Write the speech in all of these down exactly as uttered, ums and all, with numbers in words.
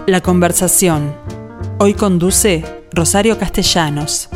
La conversación. Hoy conduce Rosario Castellanos.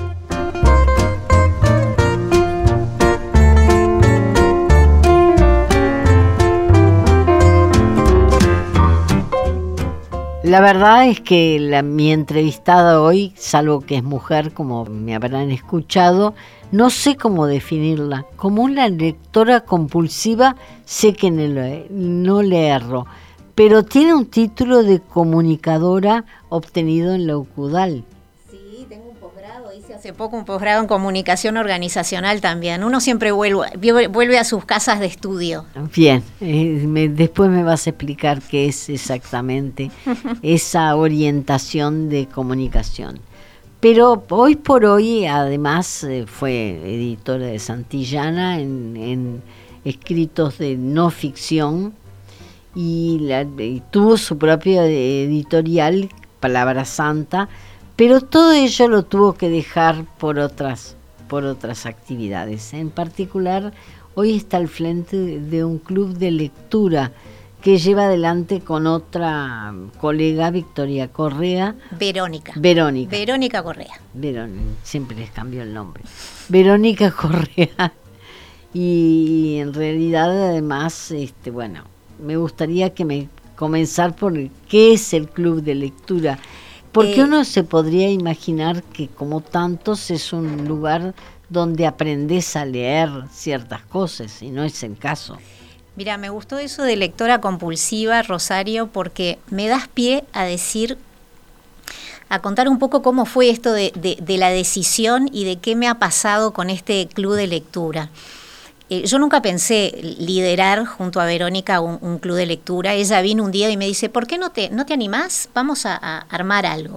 La verdad es que la, mi entrevistada hoy, salvo que es mujer, como me habrán escuchado, no sé cómo definirla. Como una lectora compulsiva, sé que no le, no le erro, pero tiene un título de comunicadora obtenido en la UCUDAL. Sí, tengo un posgrado, hice hace poco un posgrado en comunicación organizacional también. Uno siempre vuelve, vuelve a sus casas de estudio. Bien, eh, me, después me vas a explicar qué es exactamente esa orientación de comunicación. Pero hoy por hoy, además, eh, fue editora de Santillana en, en escritos de no ficción y, la, y tuvo su propia editorial, Palabra Santa, pero todo ello lo tuvo que dejar por otras, por otras actividades. En particular, hoy está al frente de un club de lectura que lleva adelante con otra colega, Victoria Correa. Verónica. Verónica. Verónica Correa. Verónica, siempre les cambio el nombre. Verónica Correa. Y en realidad, además, este, bueno, me gustaría que me comenzar por qué es el club de lectura. Porque eh, uno se podría imaginar que, como tantos, es un lugar donde aprendes a leer ciertas cosas, y no es el caso. Mira, me gustó eso de lectora compulsiva, Rosario, porque me das pie a decir, a contar un poco cómo fue esto de, de, de la decisión y de qué me ha pasado con este club de lectura. Eh, yo nunca pensé liderar junto a Verónica un, un club de lectura. Ella vino un día y me dice, ¿por qué no te, no te animás? Vamos a, a armar algo.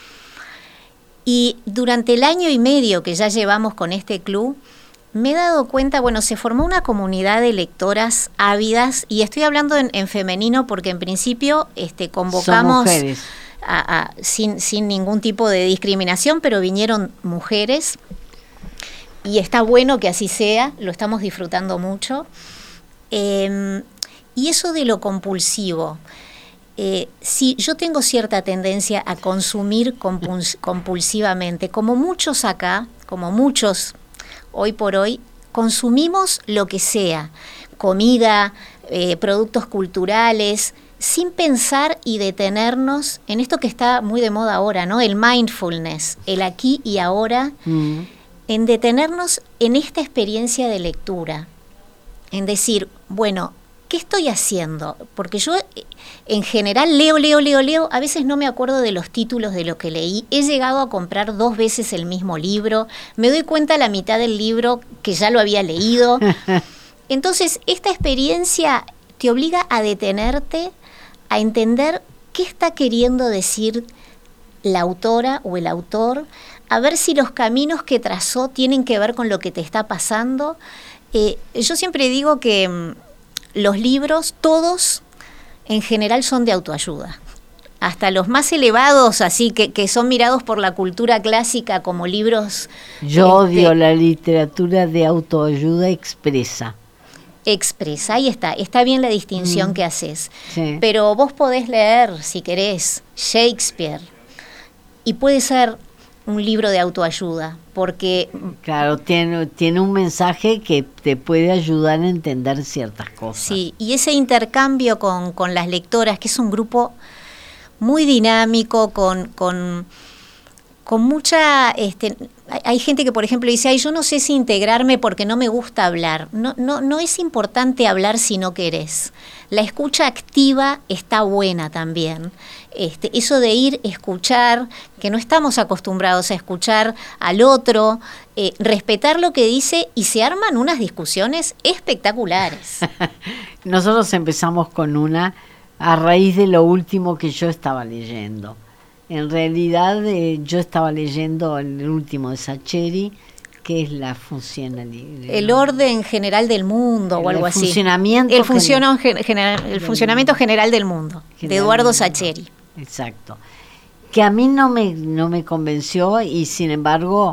Y durante el año y medio que ya llevamos con este club, me he dado cuenta, bueno, se formó una comunidad de lectoras ávidas, y estoy hablando en, en femenino porque en principio este, convocamos a, a, sin, sin ningún tipo de discriminación, pero vinieron mujeres, y está bueno que así sea, lo estamos disfrutando mucho. Eh, y eso de lo compulsivo, eh, sí, yo tengo cierta tendencia a consumir compuls- compulsivamente, como muchos acá, como muchos hoy por hoy, consumimos lo que sea, comida, eh, productos culturales, sin pensar y detenernos en esto que está muy de moda ahora, ¿no? El mindfulness, el aquí y ahora, mm. en detenernos en esta experiencia de lectura, en decir, bueno, ¿qué estoy haciendo? Porque yo en general leo, leo, leo, leo, a veces no me acuerdo de los títulos de lo que leí, he llegado a comprar dos veces el mismo libro, me doy cuenta a la mitad del libro que ya lo había leído. Entonces, esta experiencia te obliga a detenerte, a entender qué está queriendo decir la autora o el autor, a ver si los caminos que trazó tienen que ver con lo que te está pasando. Eh, yo siempre digo que mmm, los libros, todos, en general son de autoayuda. Hasta los más elevados, así que, que son mirados por la cultura clásica como libros... Yo este, odio la literatura de autoayuda expresa. Expresa, ahí está, está bien la distinción mm. que haces. Sí. Pero vos podés leer, si querés, Shakespeare, y puede ser un libro de autoayuda, porque... Claro, tiene, tiene un mensaje que te puede ayudar a entender ciertas cosas. Sí, y ese intercambio con, con las lectoras, que es un grupo muy dinámico, con, con, con mucha... Este, hay gente que, por ejemplo, dice, ay, yo no sé si integrarme porque no me gusta hablar. No, no, no es importante hablar si no querés. La escucha activa está buena también. Este, eso de ir, escuchar, que no estamos acostumbrados a escuchar al otro, eh, respetar lo que dice, y se arman unas discusiones espectaculares. Nosotros empezamos con una a raíz de lo último que yo estaba leyendo. En realidad eh, yo estaba leyendo el último de Sacheri, que es la funcionalidad. El orden general del mundo el, o algo el así. Funcionamiento el, funciono, general, general, el funcionamiento general del mundo, general de Eduardo Sacheri. Exacto. Que a mí no me, no me convenció, y sin embargo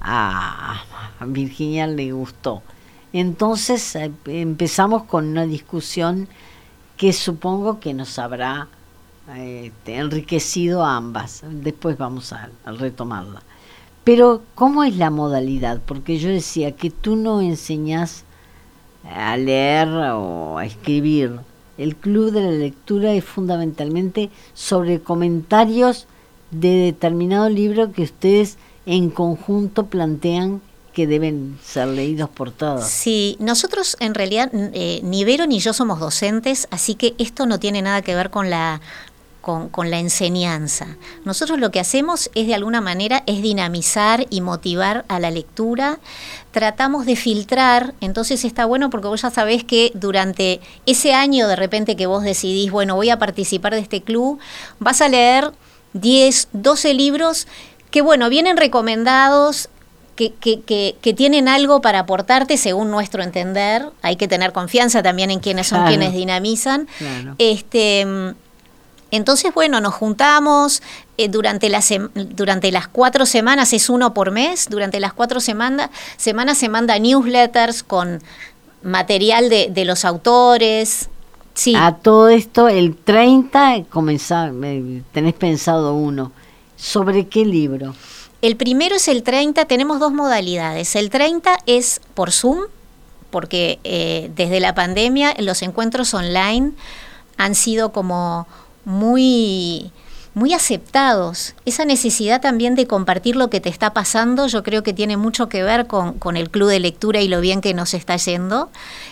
a, a Virginia le gustó. Entonces eh, empezamos con una discusión que supongo que nos habrá eh, enriquecido a ambas. Después vamos a, a retomarla. Pero, ¿cómo es la modalidad? Porque yo decía que tú no enseñás a leer o a escribir. El club de la lectura es fundamentalmente sobre comentarios de determinado libro que ustedes en conjunto plantean que deben ser leídos por todos. Sí, nosotros en realidad, eh, ni Vero ni yo somos docentes, así que esto no tiene nada que ver con la... Con, con la enseñanza. Nosotros lo que hacemos es de alguna manera es dinamizar y motivar a la lectura. Tratamos de filtrar, entonces está bueno porque vos ya sabés que durante ese año de repente que vos decidís, bueno, voy a participar de este club, vas a leer diez, doce libros que, bueno, vienen recomendados, que, que, que, que tienen algo para aportarte según nuestro entender. Hay que tener confianza también en quienes son Claro. quienes dinamizan. Claro. Este... Entonces, bueno, nos juntamos eh, durante, la sem- durante las cuatro semanas, es uno por mes, durante las cuatro semana, semanas se manda newsletters con material de, de los autores. Sí. A todo esto, el treinta, comenzá, eh, tenés pensado uno. ¿Sobre qué libro? El primero es el treinta, tenemos dos modalidades. El treinta es por Zoom, porque eh, desde la pandemia los encuentros online han sido como... muy muy aceptados. Esa necesidad también de compartir lo que te está pasando, yo creo que tiene mucho que ver con, con el club de lectura y lo bien que nos está yendo.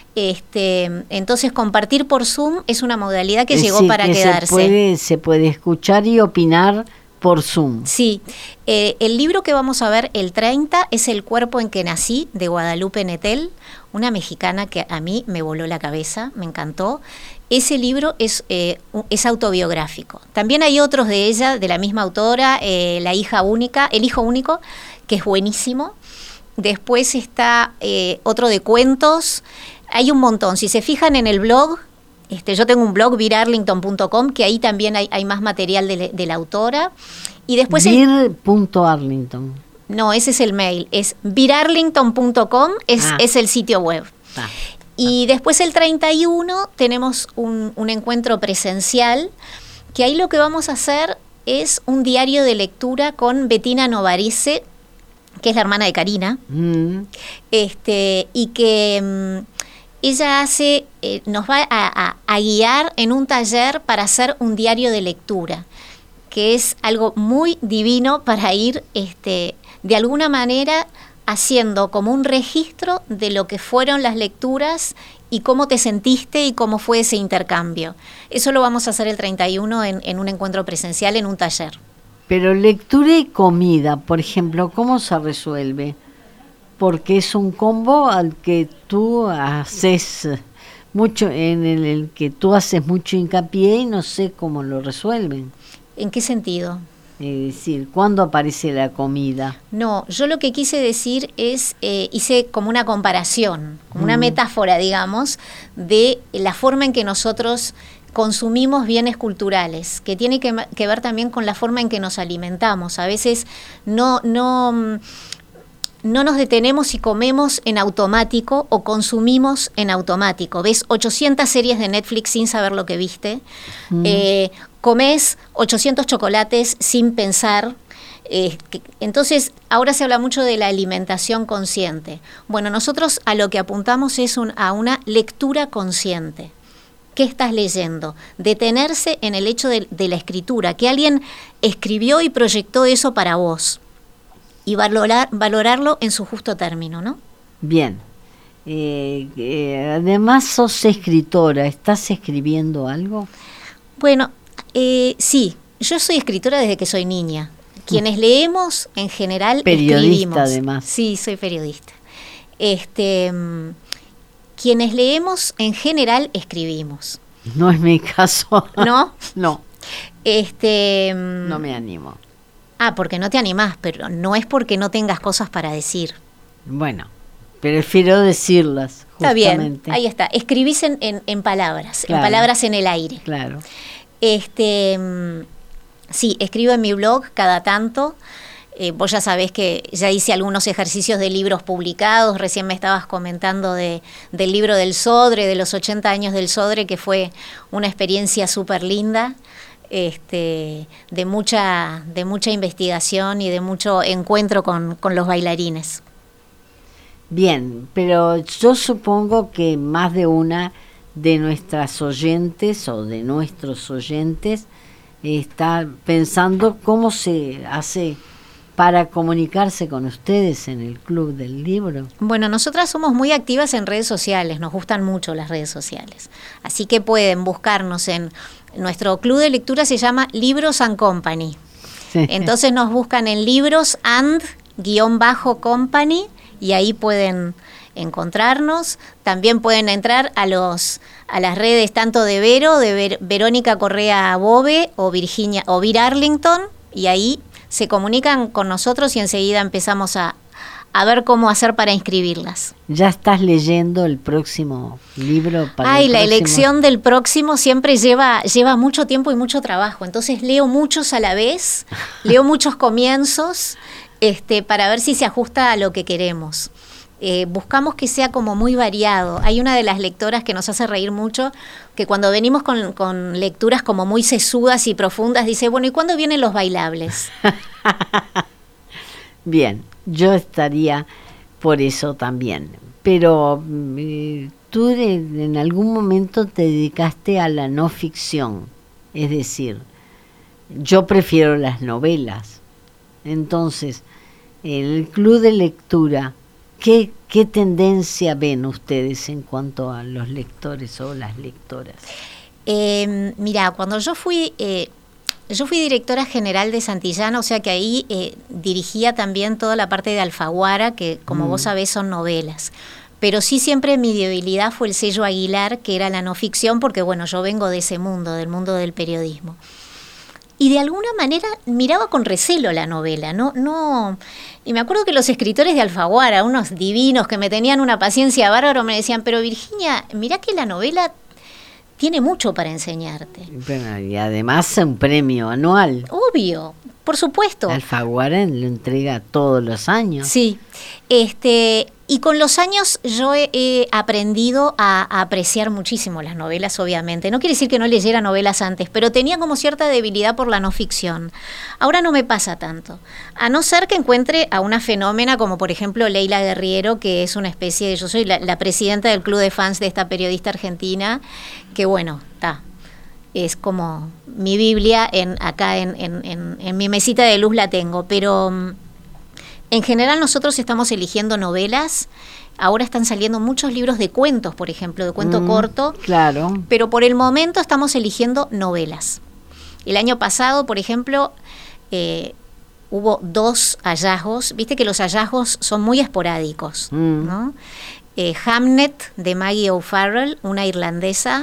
Este, entonces compartir por Zoom es una modalidad que Es llegó decir, para que quedarse. Se puede, se puede escuchar y opinar por Zoom. Sí, eh, el libro que vamos a ver el treinta es El cuerpo en que nací, de Guadalupe Nettel, una mexicana que a mí me voló la cabeza, me encantó. Ese libro es, eh, es autobiográfico. También hay otros de ella, de la misma autora, eh, La hija única, El hijo único, que es buenísimo. Después está eh, otro de cuentos. Hay un montón. Si se fijan en el blog, este, yo tengo un blog, vir arlington punto com, que ahí también hay, hay más material de, de la autora. Y después vir punto arlington. No, ese es el mail. Es vir arlington punto com, es, Ah. es el sitio web. Ah. Y después el treinta y uno tenemos un, un encuentro presencial, que ahí lo que vamos a hacer es un diario de lectura con Bettina Novarese, que es la hermana de Karina, Mm. este, y que mm, ella hace, eh, nos va a, a- a guiar en un taller para hacer un diario de lectura, que es algo muy divino para ir, este, de alguna manera, haciendo como un registro de lo que fueron las lecturas y cómo te sentiste y cómo fue ese intercambio. Eso lo vamos a hacer el treinta y uno en, en un encuentro presencial, en un taller. Pero lectura y comida, por ejemplo, ¿cómo se resuelve? Porque es un combo al que tú haces mucho, en el, el que tú haces mucho hincapié y no sé cómo lo resuelven. ¿En qué sentido? Es decir, ¿cuándo aparece la comida? No, yo lo que quise decir es, eh, hice como una comparación, como una Mm. metáfora, digamos, de la forma en que nosotros consumimos bienes culturales, que tiene que, que ver también con la forma en que nos alimentamos. A veces no, no, mm, no nos detenemos y comemos en automático o consumimos en automático. Ves ochocientas series de Netflix sin saber lo que viste, Mm. eh, comes ochocientos chocolates sin pensar. Eh, que, entonces, ahora se habla mucho de la alimentación consciente. Bueno, nosotros a lo que apuntamos es un, a una lectura consciente. ¿Qué estás leyendo? Detenerse en el hecho de, de la escritura, que alguien escribió y proyectó eso para vos, y valorar, valorarlo en su justo término, ¿no? Bien. Eh, eh, además sos escritora, ¿estás escribiendo algo? Bueno, eh, sí, yo soy escritora desde que soy niña. Quienes leemos, en general, Periodista, escribimos. además. Sí, soy periodista. Este, mm, quienes leemos, en general, escribimos. No es mi caso. ¿No? No, Este, mm, no me animo. Ah, porque no te animás, pero no es porque no tengas cosas para decir. Bueno, prefiero decirlas, Está bien, justamente. ahí está. Escribís en, en, en palabras, Claro. en palabras en el aire. Claro. Este, mm, sí, escribo en mi blog cada tanto. Eh, vos ya sabés que ya hice algunos ejercicios de libros publicados. Recién me estabas comentando de, del libro del Sodre, de los ochenta años del Sodre, que fue una experiencia súper linda. este, de mucha, de mucha investigación y de mucho encuentro con, con los bailarines. Bien, pero yo supongo que más de una de nuestras oyentes o de nuestros oyentes está pensando cómo se hace para comunicarse con ustedes en el Club del Libro. Bueno, nosotras somos muy activas en redes sociales, nos gustan mucho las redes sociales. Así que pueden buscarnos en nuestro club de lectura, se llama Libros and Company. Sí. Entonces nos buscan en Libros and guión bajo Company y ahí pueden encontrarnos. También pueden entrar a los a las redes tanto de Vero, de Ver, Verónica Correa Bove o Virginia o Vir Arlington, y ahí se comunican con nosotros y enseguida empezamos a, a ver cómo hacer para inscribirlas. ¿Ya estás leyendo el próximo libro? Para Ay, el la próximo? elección del próximo siempre lleva, lleva mucho tiempo y mucho trabajo, entonces leo muchos a la vez, leo muchos comienzos, este, para ver si se ajusta a lo que queremos. Eh, buscamos que sea como muy variado. Hay una de las lectoras que nos hace reír mucho, que cuando venimos con, con lecturas como muy sesudas y profundas, dice, bueno, ¿y cuándo vienen los bailables? Bien, yo estaría por eso también. Pero eh, tú de, en algún momento te dedicaste a la no ficción. Es decir, yo prefiero las novelas. Entonces, en el club de lectura, ¿Qué, ¿Qué tendencia ven ustedes en cuanto a los lectores o las lectoras? Eh, mira, cuando yo fui, eh, yo fui directora general de Santillana, o sea que ahí eh, dirigía también toda la parte de Alfaguara, que como mm. vos sabés son novelas. Pero sí siempre mi debilidad fue el sello Aguilar, que era la no ficción, porque bueno, yo vengo de ese mundo, del mundo del periodismo. Y de alguna manera miraba con recelo la novela, no, no, y me acuerdo que los escritores de Alfaguara, unos divinos que me tenían una paciencia bárbara, me decían, pero Virginia, mirá que la novela tiene mucho para enseñarte. Bueno, y además un premio anual. Obvio, por supuesto. Alfaguara lo entrega todos los años. Sí, este, y con los años yo he, he aprendido a, a apreciar muchísimo las novelas, obviamente. No quiere decir que no leyera novelas antes, pero tenía como cierta debilidad por la no ficción. Ahora no me pasa tanto. A no ser que encuentre a una fenómena como, por ejemplo, Leila Guerriero, que es una especie de... Yo soy la, la presidenta del club de fans de esta periodista argentina, que bueno, está... es como mi Biblia, en acá en, en, en, en mi mesita de luz la tengo, pero um, en general nosotros estamos eligiendo novelas. Ahora están saliendo muchos libros de cuentos, por ejemplo, de cuento mm, corto, claro. Pero por el momento estamos eligiendo novelas. El año pasado, por ejemplo, eh, hubo dos hallazgos. Viste que los hallazgos son muy esporádicos, mm. ¿no? Eh, Hamnet, de Maggie O'Farrell, una irlandesa,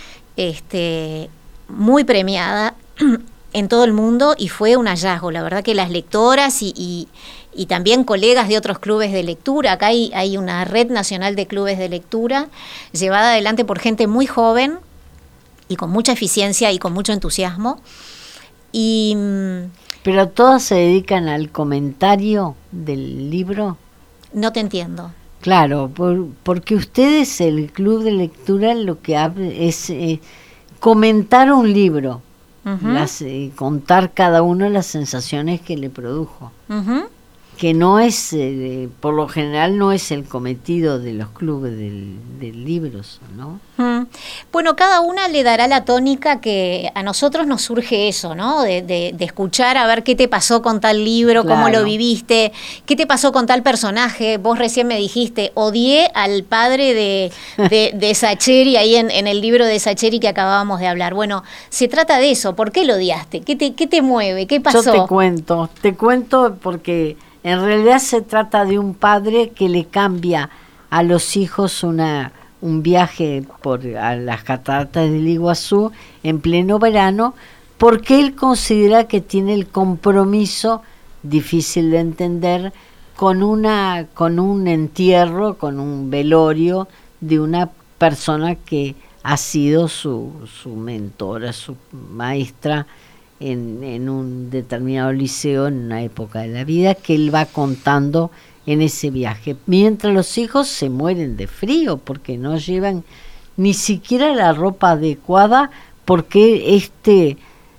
este, muy premiada en todo el mundo, y fue un hallazgo. La verdad que las lectoras y, y, y también colegas de otros clubes de lectura, acá hay, hay una red nacional de clubes de lectura llevada adelante por gente muy joven y con mucha eficiencia y con mucho entusiasmo. Y, ¿pero todas se dedican al comentario del libro? No te entiendo. Claro, por, porque ustedes, el club de lectura, lo que hace es eh, comentar un libro, uh-huh. las, eh, contar cada uno las sensaciones que le produjo. Uh-huh. Que no es, eh, por lo general, no es el cometido de los clubes de, de libros, ¿no? Mm. Bueno, cada una le dará la tónica que a nosotros nos surge eso, ¿no? De, de, de escuchar a ver qué te pasó con tal libro, claro. Cómo lo viviste, qué te pasó con tal personaje. Vos recién me dijiste, odié al padre de, de, de Sacheri ahí en, en el libro de Sacheri que acabábamos de hablar. Bueno, se trata de eso. ¿Por qué lo odiaste? ¿Qué te, qué te mueve? ¿Qué pasó? Yo te cuento, te cuento porque... en realidad se trata de un padre que le cambia a los hijos una, un viaje por a las cataratas del Iguazú en pleno verano, porque él considera que tiene el compromiso, difícil de entender, con una con un entierro, con un velorio de una persona que ha sido su, su mentora, su maestra, En, en un determinado liceo en una época de la vida, que él va contando en ese viaje, mientras los hijos se mueren de frío porque no llevan ni siquiera la ropa adecuada, porque este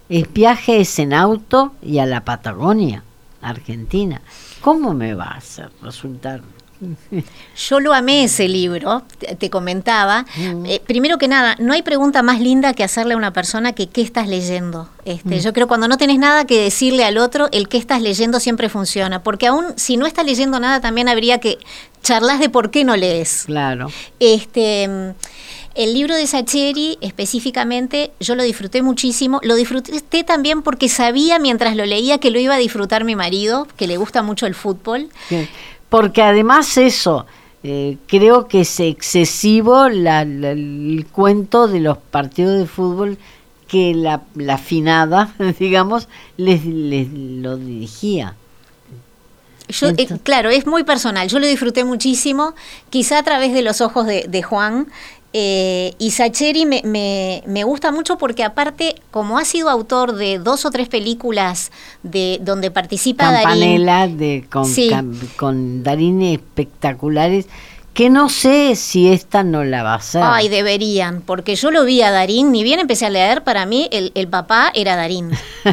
el viaje es en auto y a la Patagonia, Argentina. ¿Cómo me va a hacer resultar? Yo lo amé ese libro, te, te comentaba. Mm. Eh, primero que nada, no hay pregunta más linda que hacerle a una persona que ¿qué estás leyendo? Este, mm. Yo creo que cuando no tenés nada que decirle al otro, el qué estás leyendo siempre funciona, porque aún si no estás leyendo nada, también habría que charlar de por qué no lees. Claro. Este... El libro de Sacheri, específicamente, yo lo disfruté muchísimo. Lo disfruté también porque sabía mientras lo leía que lo iba a disfrutar mi marido, que le gusta mucho el fútbol. Sí. Porque además eso, eh, creo que es excesivo la, la, el cuento de los partidos de fútbol que la, la finada, digamos, les, les lo dirigía. Yo, eh, claro, es muy personal. Yo lo disfruté muchísimo, quizá a través de los ojos de, de Juan. Eh, y Sacheri me, me, me gusta mucho porque aparte, como ha sido autor de dos o tres películas de donde participa Campanella, Darín, de, con, sí. cam, con Darín espectaculares, que no sé si esta no la va a hacer. Ay, deberían, porque yo lo vi a Darín, ni bien empecé a leer, para mí el, el papá era Darín.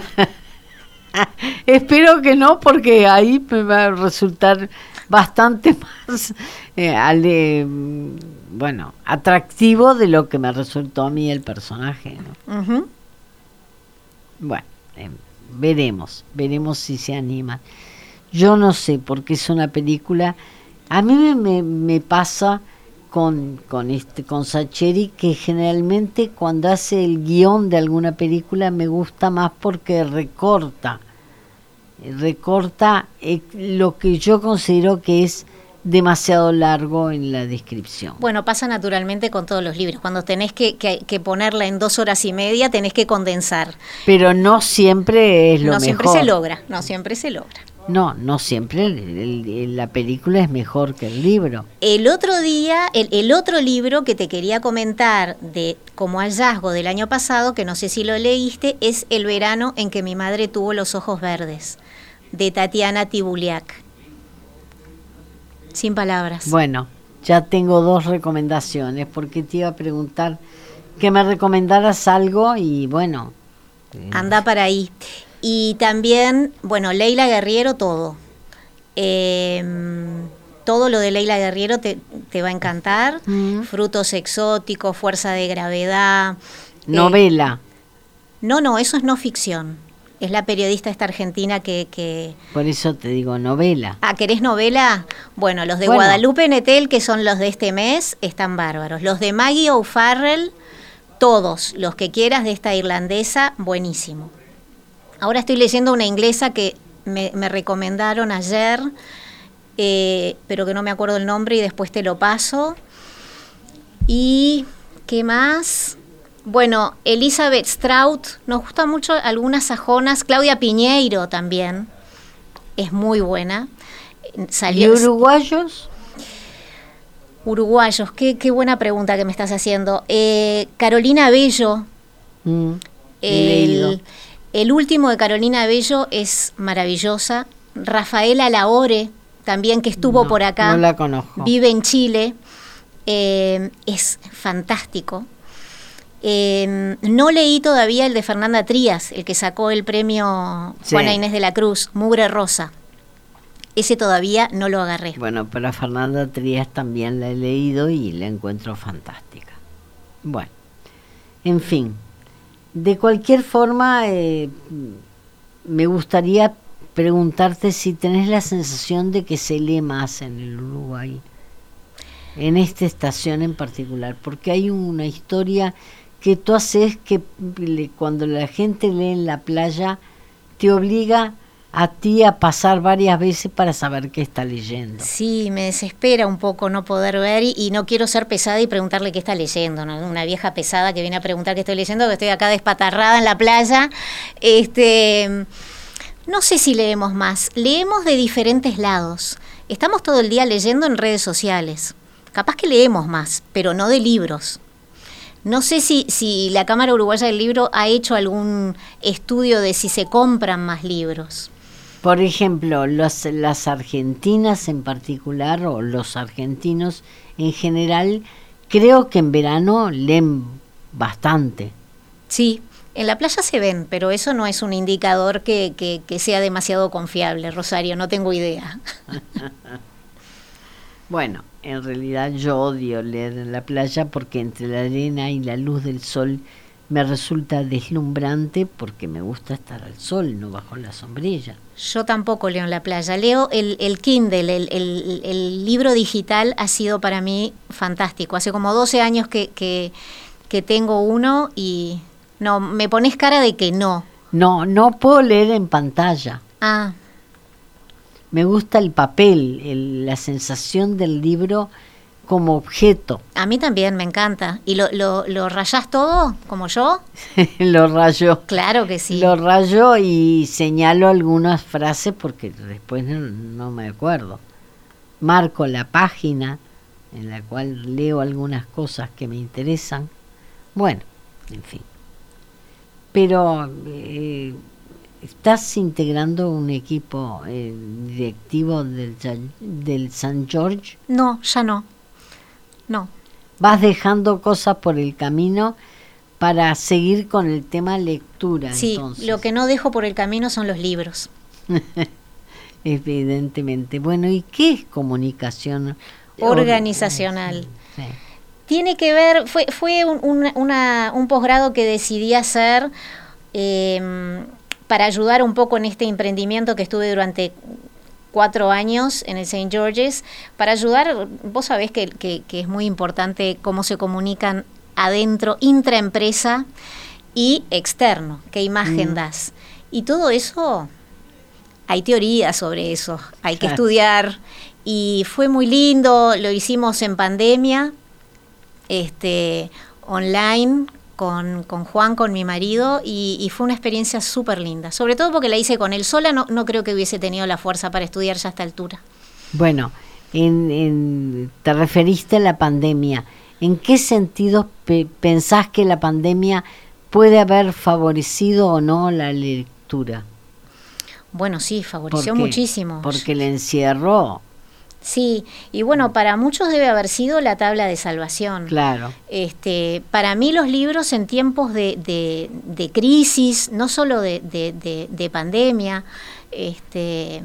Espero que no, porque ahí me va a resultar bastante más eh, ale, bueno, atractivo de lo que me resultó a mí el personaje, ¿no? Uh-huh. Bueno, eh, veremos, veremos si se animan. Yo no sé, porque es una película, a mí me, me, me pasa con, con, este, con Sacheri, que generalmente cuando hace el guión de alguna película me gusta más porque recorta, recorta eh, lo que yo considero que es demasiado largo en la descripción. Bueno, pasa naturalmente con todos los libros. Cuando tenés que, que, que ponerla en dos horas y media, tenés que condensar. Pero no siempre es lo mejor. No siempre se logra, no siempre se logra. No, no siempre el, el, el, la película es mejor que el libro. El otro día, el, el otro libro que te quería comentar de como hallazgo del año pasado, que no sé si lo leíste, es El verano en que mi madre tuvo los ojos verdes, de Tatiana Tibuliak. Sin palabras. Bueno, ya tengo dos recomendaciones, porque te iba a preguntar que me recomendaras algo y bueno. Eh. Anda para ahí. Y también, bueno, Leila Guerriero, todo. Eh, todo lo de Leila Guerriero te, te va a encantar. Mm. Frutos exóticos, Fuerza de gravedad. Novela. Eh, no, no, eso es no ficción. Es la periodista esta argentina que, que... Por eso te digo novela. Ah, ¿querés novela? Bueno, los de bueno. Guadalupe Nettel, que son los de este mes, están bárbaros. Los de Maggie O'Farrell, todos, los que quieras de esta irlandesa, buenísimo. Ahora estoy leyendo una inglesa que me, me recomendaron ayer, eh, pero que no me acuerdo el nombre y después te lo paso. ¿Y qué más? Bueno, Elizabeth Strout, nos gustan mucho algunas sajonas. Claudia Piñeiro también, es muy buena. Salió, ¿y uruguayos? Uruguayos, qué, qué buena pregunta que me estás haciendo. Eh, Carolina Bello. Mm, el, el último de Carolina Bello es maravillosa. Rafaela Lahore, también, que estuvo no, por acá. No la conozco. Vive en Chile. Eh, es fantástico. Eh, no leí todavía el de Fernanda Trías, el que sacó el premio sí. Juana Inés de la Cruz, Mugre Rosa. Ese todavía no lo agarré. Bueno, pero a Fernanda Trías también la he leído y la encuentro fantástica. Bueno, en fin, de cualquier forma, eh, me gustaría preguntarte si tenés la sensación de que se lee más en el Uruguay, en esta estación en particular, porque hay una historia que tú haces que cuando la gente lee en la playa te obliga a ti a pasar varias veces para saber qué está leyendo. Sí, me desespera un poco no poder ver y, y no quiero ser pesada y preguntarle qué está leyendo, ¿no? Una vieja pesada que viene a preguntar qué estoy leyendo, que estoy acá despatarrada en la playa. Este, no sé si leemos más, leemos de diferentes lados. Estamos todo el día leyendo en redes sociales. Capaz que leemos más, pero no de libros. No sé si, si la Cámara Uruguaya del Libro ha hecho algún estudio de si se compran más libros. Por ejemplo, los, las argentinas en particular, o los argentinos en general, creo que en verano leen bastante. Sí, En la playa se ven, pero eso no es un indicador que, que, que sea demasiado confiable, Rosario, no tengo idea. Bueno, en realidad yo odio leer en la playa porque entre la arena y la luz del sol me resulta deslumbrante porque me gusta estar al sol, no bajo la sombrilla. Yo tampoco leo en la playa, leo el, el Kindle, el, el, el libro digital ha sido para mí fantástico. Hace como doce años que, que, que tengo uno y no, me pones cara de que no. No, no puedo leer en pantalla. Ah. Me gusta el papel, el, la sensación del libro como objeto. A mí también me encanta. ¿Y lo, lo, lo rayás todo, como yo? Lo rayo. Claro que sí. Lo rayo y señalo algunas frases porque después no, no me acuerdo. Marco la página en la cual leo algunas cosas que me interesan. Bueno, en fin. Pero... Eh, ¿estás integrando un equipo eh, directivo del, del San George? No, ya no. No. ¿Vas dejando cosas por el camino para seguir con el tema lectura? Sí, entonces? Lo que no dejo por el camino son los libros. Evidentemente. Bueno, ¿y qué es comunicación organizacional? Sí. Tiene que ver, fue, fue un, un, una, un posgrado que decidí hacer... Eh, para ayudar un poco en este emprendimiento que estuve durante cuatro años en el Saint George's, para ayudar, vos sabés que, que, que es muy importante cómo se comunican adentro, intraempresa y externo, qué imagen mm. das. Y todo eso, hay teoría sobre eso, hay que estudiar, y fue muy lindo, lo hicimos en pandemia, este, online, Con, con Juan, con mi marido, y, y fue una experiencia súper linda. Sobre todo porque la hice con él sola, no, no creo que hubiese tenido la fuerza para estudiar ya a esta altura. Bueno, en, en, te referiste a la pandemia. ¿En qué sentido pe- pensás que la pandemia puede haber favorecido o no la lectura? Bueno, sí, favoreció porque, muchísimo. Porque el encierro... Sí, y bueno, para muchos debe haber sido la tabla de salvación. Claro. Este, para mí los libros en tiempos de, de, de crisis, no solo de, de, de, de pandemia, este,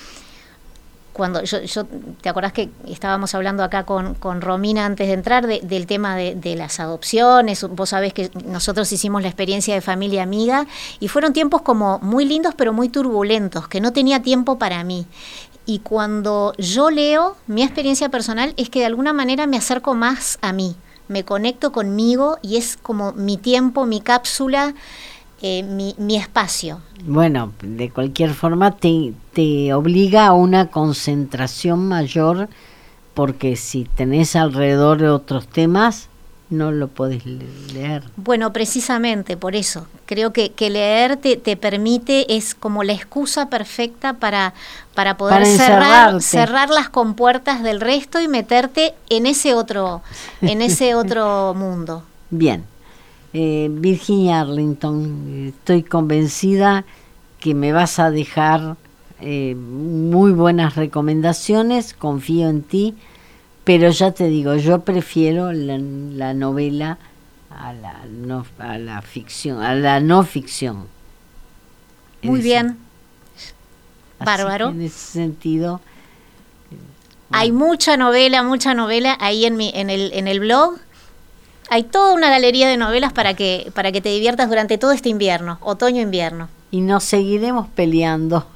cuando yo, yo, ¿te acordás que estábamos hablando acá con, con Romina antes de entrar de, del tema de, de las adopciones? Vos sabés que nosotros hicimos la experiencia de familia amiga y fueron tiempos como muy lindos pero muy turbulentos, que no tenía tiempo para mí. Y cuando yo leo, mi experiencia personal es que de alguna manera me acerco más a mí, me conecto conmigo y es como mi tiempo, mi cápsula, eh, mi, mi espacio. Bueno, de cualquier forma te, te obliga a una concentración mayor porque si tenés alrededor de otros temas, no lo podés leer. Bueno, precisamente por eso. Creo que, que leer te, te permite, es como la excusa perfecta para, para poder para cerrar, cerrar las compuertas del resto y meterte en ese otro, en ese otro mundo. Bien. Eh, Virginia Arlington, estoy convencida que me vas a dejar eh, muy buenas recomendaciones, confío en ti. Pero ya te digo, yo prefiero la, la novela a la no a la ficción, a la no ficción. Muy ese, bien. Bárbaro. En ese sentido. Bueno. Hay mucha novela, mucha novela ahí en mi, en el, en el blog. Hay toda una galería de novelas para que, para que te diviertas durante todo este invierno, otoño-invierno. Y nos seguiremos peleando.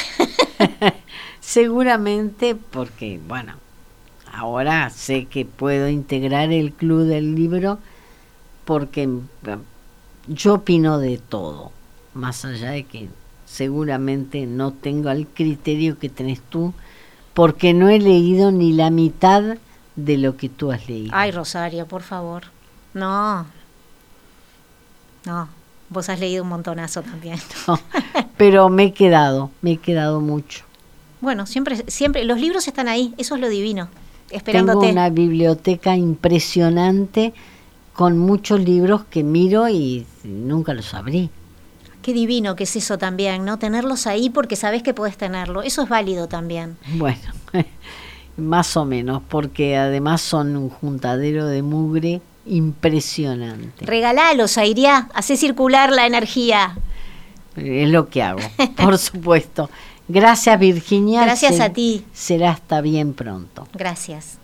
Seguramente porque, bueno, ahora sé que puedo integrar el club del libro porque yo opino de todo, más allá de que seguramente no tengo el criterio que tenés tú, porque no he leído ni la mitad de lo que tú has leído. Ay, Rosario, por favor. No. No, vos has leído un montonazo también. No, pero me he quedado, me he quedado mucho. Bueno, siempre, siempre, los libros están ahí, eso es lo divino. Esperándote. Tengo una biblioteca impresionante con muchos libros que miro y nunca los abrí. Qué divino que es eso también, ¿no? Tenerlos ahí porque sabés que podés tenerlo. Eso es válido también. Bueno, más o menos, porque además son un juntadero de mugre impresionante. Regalálos, Airiá, hacé circular la energía. Es lo que hago, por supuesto. Gracias, Virginia. Gracias Se, a ti. Será hasta bien pronto. Gracias.